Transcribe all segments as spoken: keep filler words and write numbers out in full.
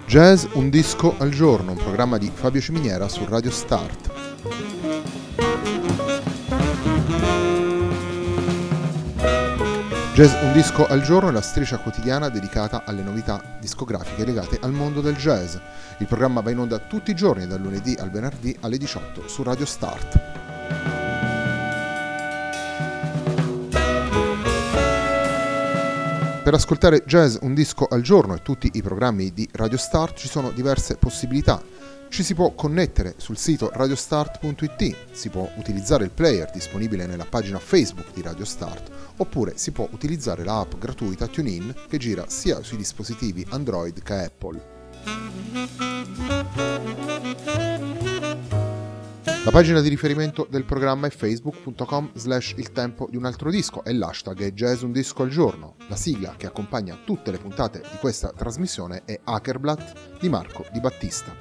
Jazz Un Disco al Giorno, un programma di Fabio Ciminiera su Radio Start. Jazz Un Disco al Giorno è la striscia quotidiana dedicata alle novità discografiche legate al mondo del jazz. Il programma va in onda tutti i giorni, dal lunedì al venerdì alle diciotto su Radio Start. Per ascoltare Jazz Un Disco al Giorno e tutti i programmi di Radio Start ci sono diverse possibilità. Ci si può connettere sul sito radiostart punto it, si può utilizzare il player disponibile nella pagina Facebook di Radio Start, oppure si può utilizzare la app gratuita TuneIn che gira sia sui dispositivi Android che Apple. La pagina di riferimento del programma è facebook punto com slash il tempo di un altro disco e l'hashtag è Jazz Un Disco al Giorno. La sigla che accompagna tutte le puntate di questa trasmissione è Hackerblatt di Marco Di Battista.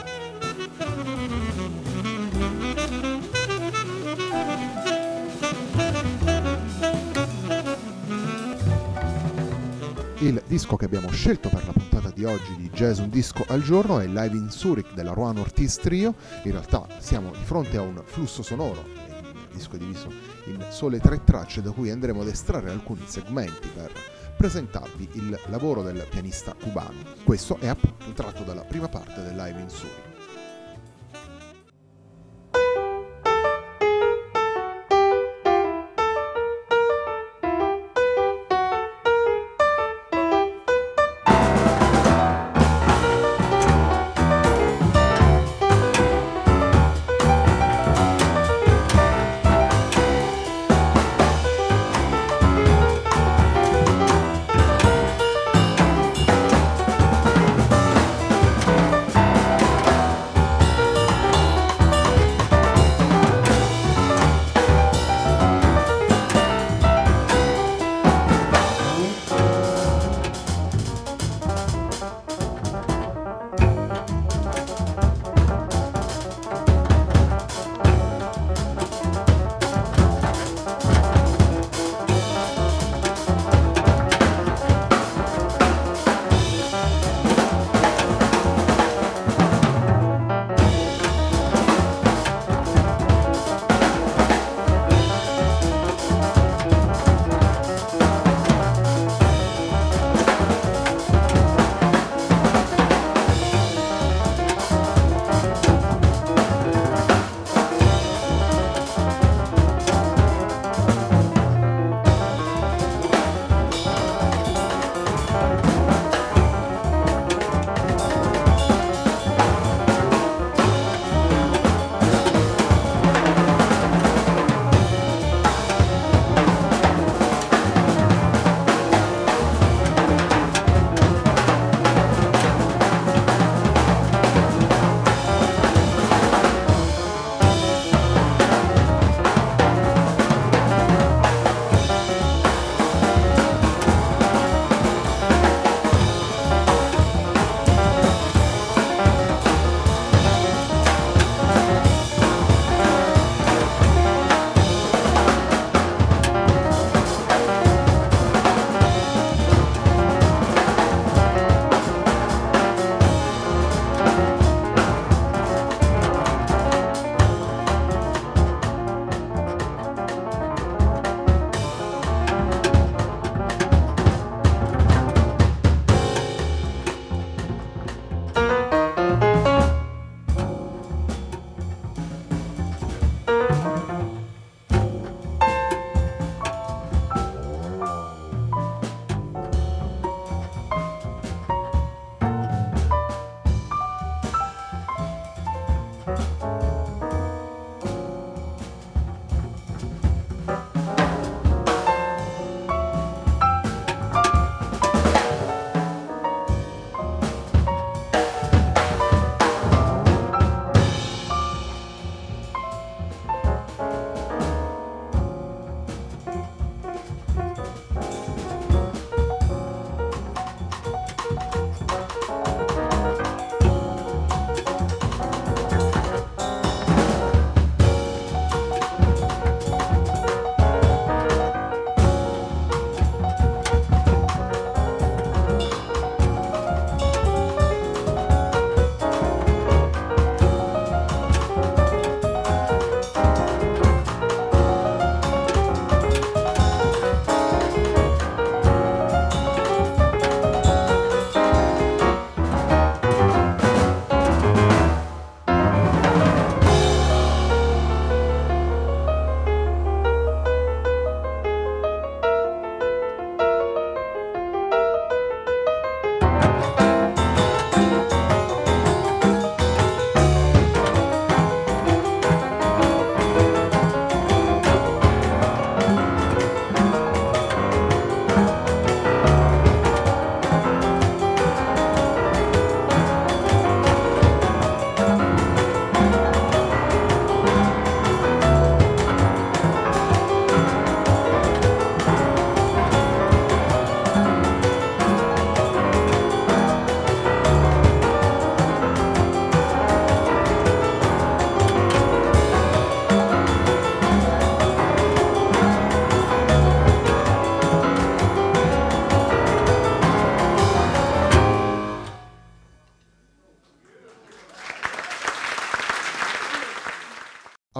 Il disco che abbiamo scelto per la puntata di oggi di Jazz Un Disco al Giorno è Live in Zurich della Juan Ortiz Trio. In realtà siamo di fronte a un flusso sonoro, il disco è diviso in sole tre tracce da cui andremo ad estrarre alcuni segmenti per presentarvi il lavoro del pianista cubano. Questo è appunto tratto dalla prima parte del Live in Zurich.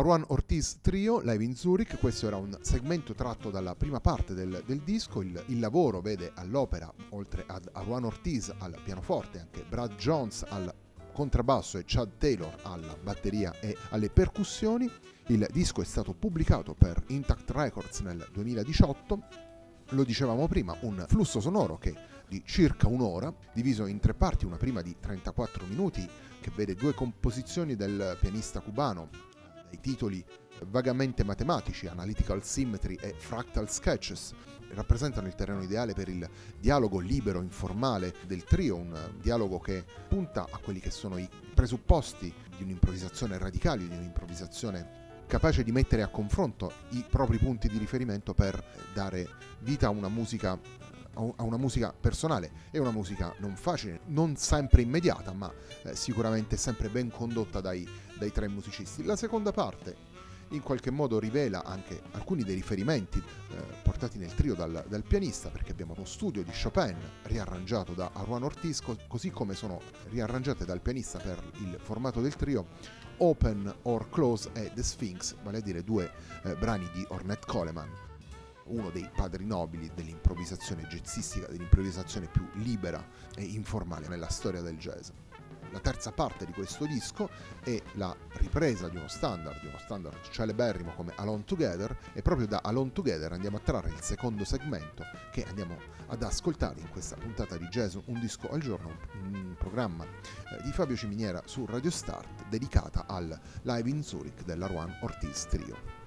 Arwan Ortiz Trio, live in Zurich. Questo era un segmento tratto dalla prima parte del, del disco. Il, il lavoro vede all'opera, oltre ad Arwan Ortiz al pianoforte, anche Brad Jones al contrabbasso e Chad Taylor alla batteria e alle percussioni. Il disco è stato pubblicato per Intact Records nel duemiladiciotto. Lo dicevamo prima, un flusso sonoro che di circa un'ora, diviso in tre parti, una prima di trentaquattro minuti che vede due composizioni del pianista cubano dai titoli vagamente matematici, Analytical Symmetry e Fractal Sketches. Rappresentano il terreno ideale per il dialogo libero, informale del trio, un dialogo che punta a quelli che sono i presupposti di un'improvvisazione radicale, di un'improvvisazione capace di mettere a confronto i propri punti di riferimento per dare vita a una musica a una musica personale. È una musica non facile, non sempre immediata, ma eh, sicuramente sempre ben condotta dai, dai tre musicisti. La seconda parte in qualche modo rivela anche alcuni dei riferimenti eh, portati nel trio dal, dal pianista, perché abbiamo uno studio di Chopin riarrangiato da Arwan Ortiz, co- così come sono riarrangiate dal pianista per il formato del trio Open or Close e The Sphinx, vale a dire due eh, brani di Ornette Coleman, uno dei padri nobili dell'improvvisazione jazzistica, dell'improvvisazione più libera e informale nella storia del jazz. La terza parte di questo disco è la ripresa di uno standard, di uno standard celeberrimo come Alone Together, e proprio da Alone Together andiamo a trarre il secondo segmento che andiamo ad ascoltare in questa puntata di Jazz Un Disco al Giorno, un programma eh, di Fabio Ciminiera su Radio Start dedicata al Live in Zurich dell'Arwan Ortiz Trio.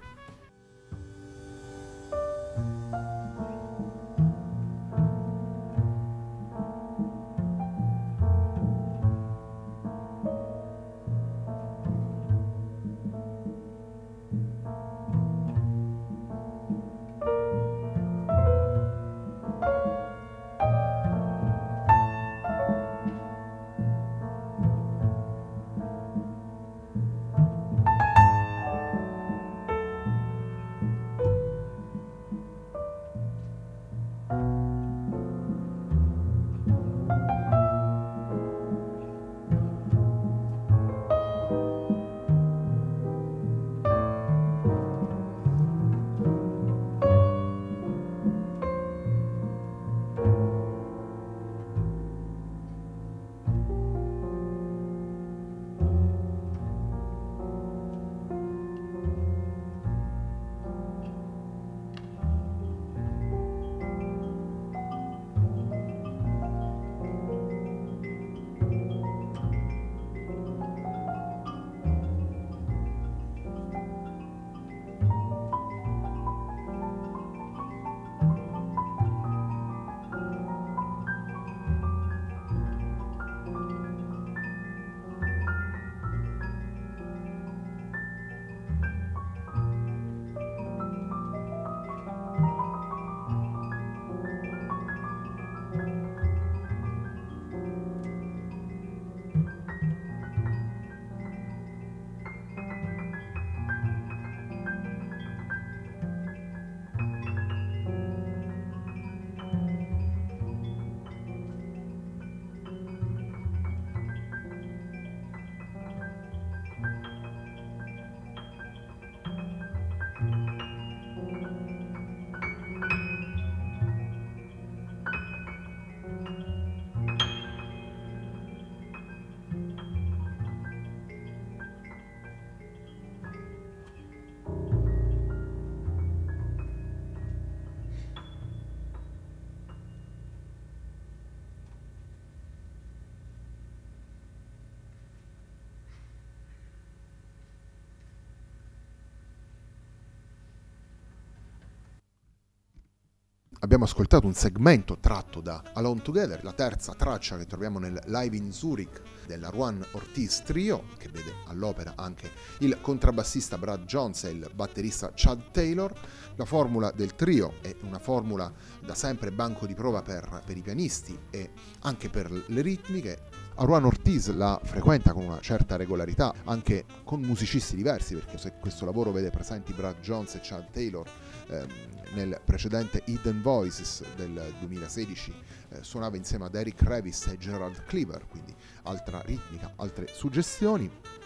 Abbiamo ascoltato un segmento tratto da Alone Together, la terza traccia che troviamo nel Live in Zurich dell'Arwan Ortiz Trio, che vede all'opera anche il contrabbassista Brad Jones e il batterista Chad Taylor. La formula del trio è una formula da sempre banco di prova per, per i pianisti e anche per le ritmiche. Arwan Ortiz la frequenta con una certa regolarità, anche con musicisti diversi, perché se questo lavoro vede presenti Brad Jones e Chad Taylor, ehm, nel precedente Hidden Voices del duemilasedici eh, suonava insieme ad Eric Revis e Gerald Cleaver, quindi altra ritmica, altre suggestioni.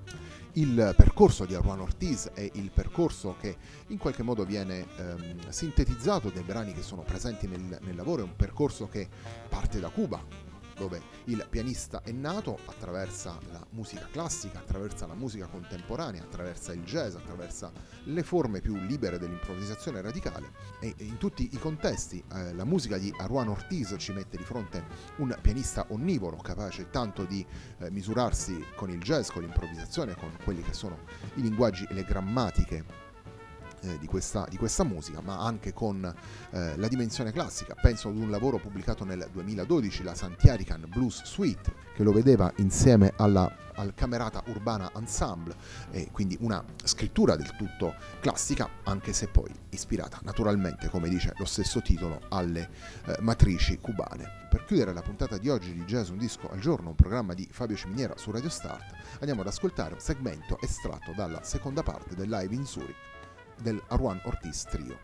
Il percorso di Juan Ortiz è il percorso che in qualche modo viene ehm, sintetizzato dai brani che sono presenti nel, nel lavoro. È un percorso che parte da Cuba, dove il pianista è nato, attraversa la musica classica, attraversa la musica contemporanea, attraversa il jazz, attraversa le forme più libere dell'improvvisazione radicale, e in tutti i contesti eh, la musica di Juan Ortiz ci mette di fronte un pianista onnivoro, capace tanto di eh, misurarsi con il jazz, con l'improvvisazione, con quelli che sono i linguaggi e le grammatiche Eh, di, questa, di questa musica, ma anche con eh, la dimensione classica. Penso ad un lavoro pubblicato nel duemiladodici, la Santiarican Blues Suite, che lo vedeva insieme alla, al Camerata Urbana Ensemble, e quindi una scrittura del tutto classica, anche se poi ispirata naturalmente, come dice lo stesso titolo, alle eh, matrici cubane. Per chiudere la puntata di oggi di Jazz Un Disco al Giorno, un programma di Fabio Ciminiera su Radio Start, andiamo ad ascoltare un segmento estratto dalla seconda parte del Live in Zurich del Juan Ortiz Trio.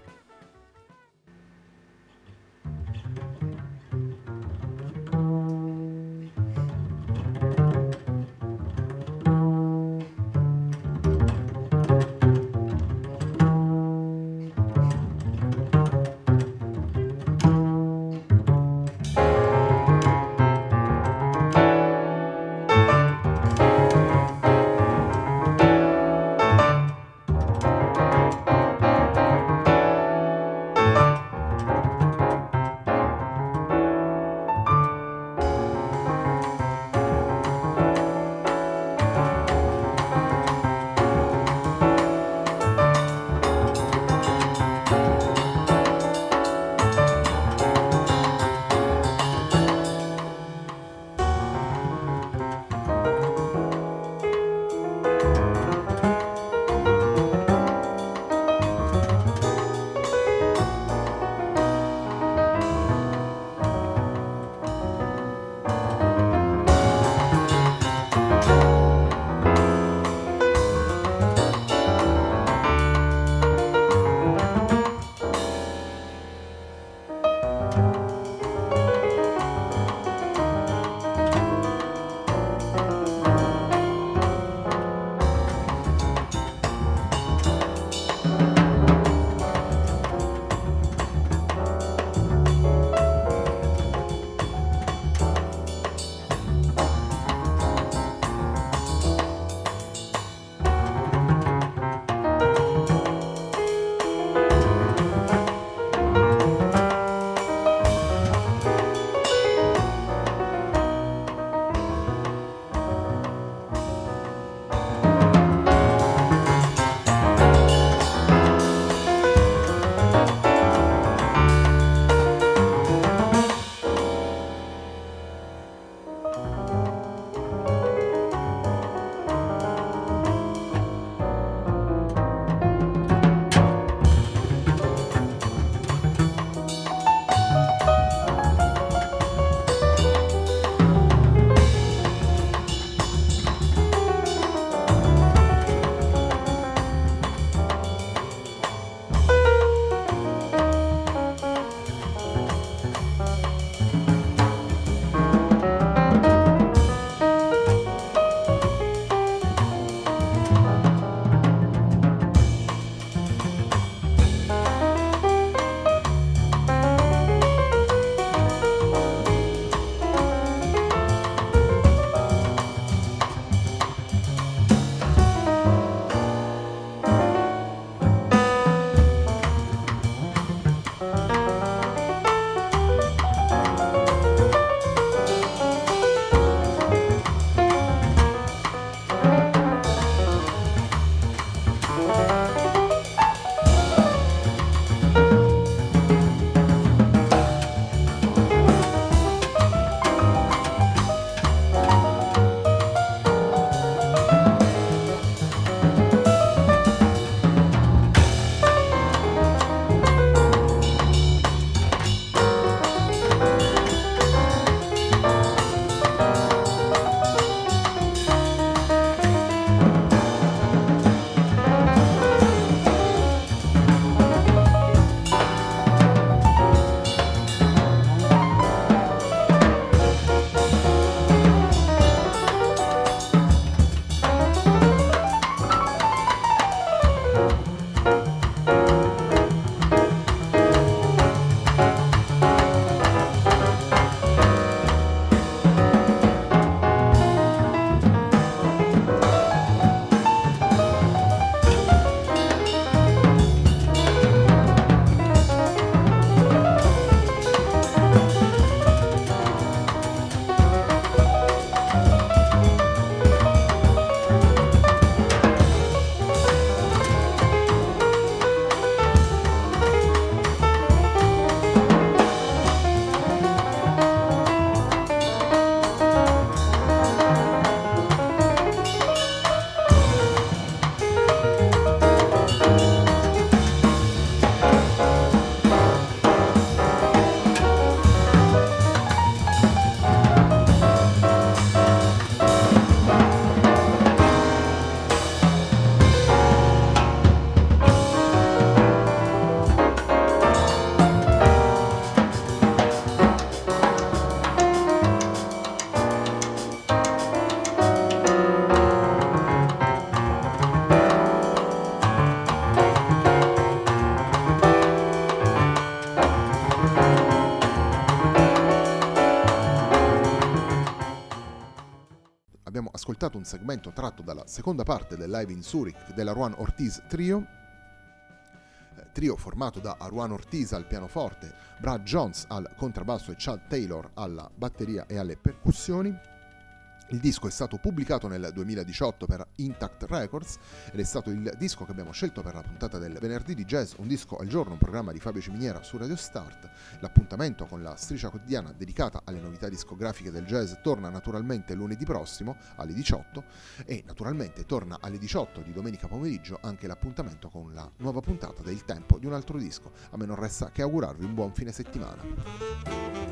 ascoltato un segmento tratto dalla seconda parte del Live in Zurich della Juan Ortiz Trio, trio formato da Juan Ortiz al pianoforte, Brad Jones al contrabbasso e Chad Taylor alla batteria e alle percussioni. Il disco è stato pubblicato nel duemiladiciotto per Intact Records ed è stato il disco che abbiamo scelto per la puntata del venerdì di Jazz Un Disco al Giorno, un programma di Fabio Ciminiera su Radio Start. L'appuntamento con la striscia quotidiana dedicata alle novità discografiche del jazz torna naturalmente lunedì prossimo alle diciotto e naturalmente torna alle diciotto di domenica pomeriggio anche l'appuntamento con la nuova puntata del Tempo di un altro disco. A me non resta che augurarvi un buon fine settimana.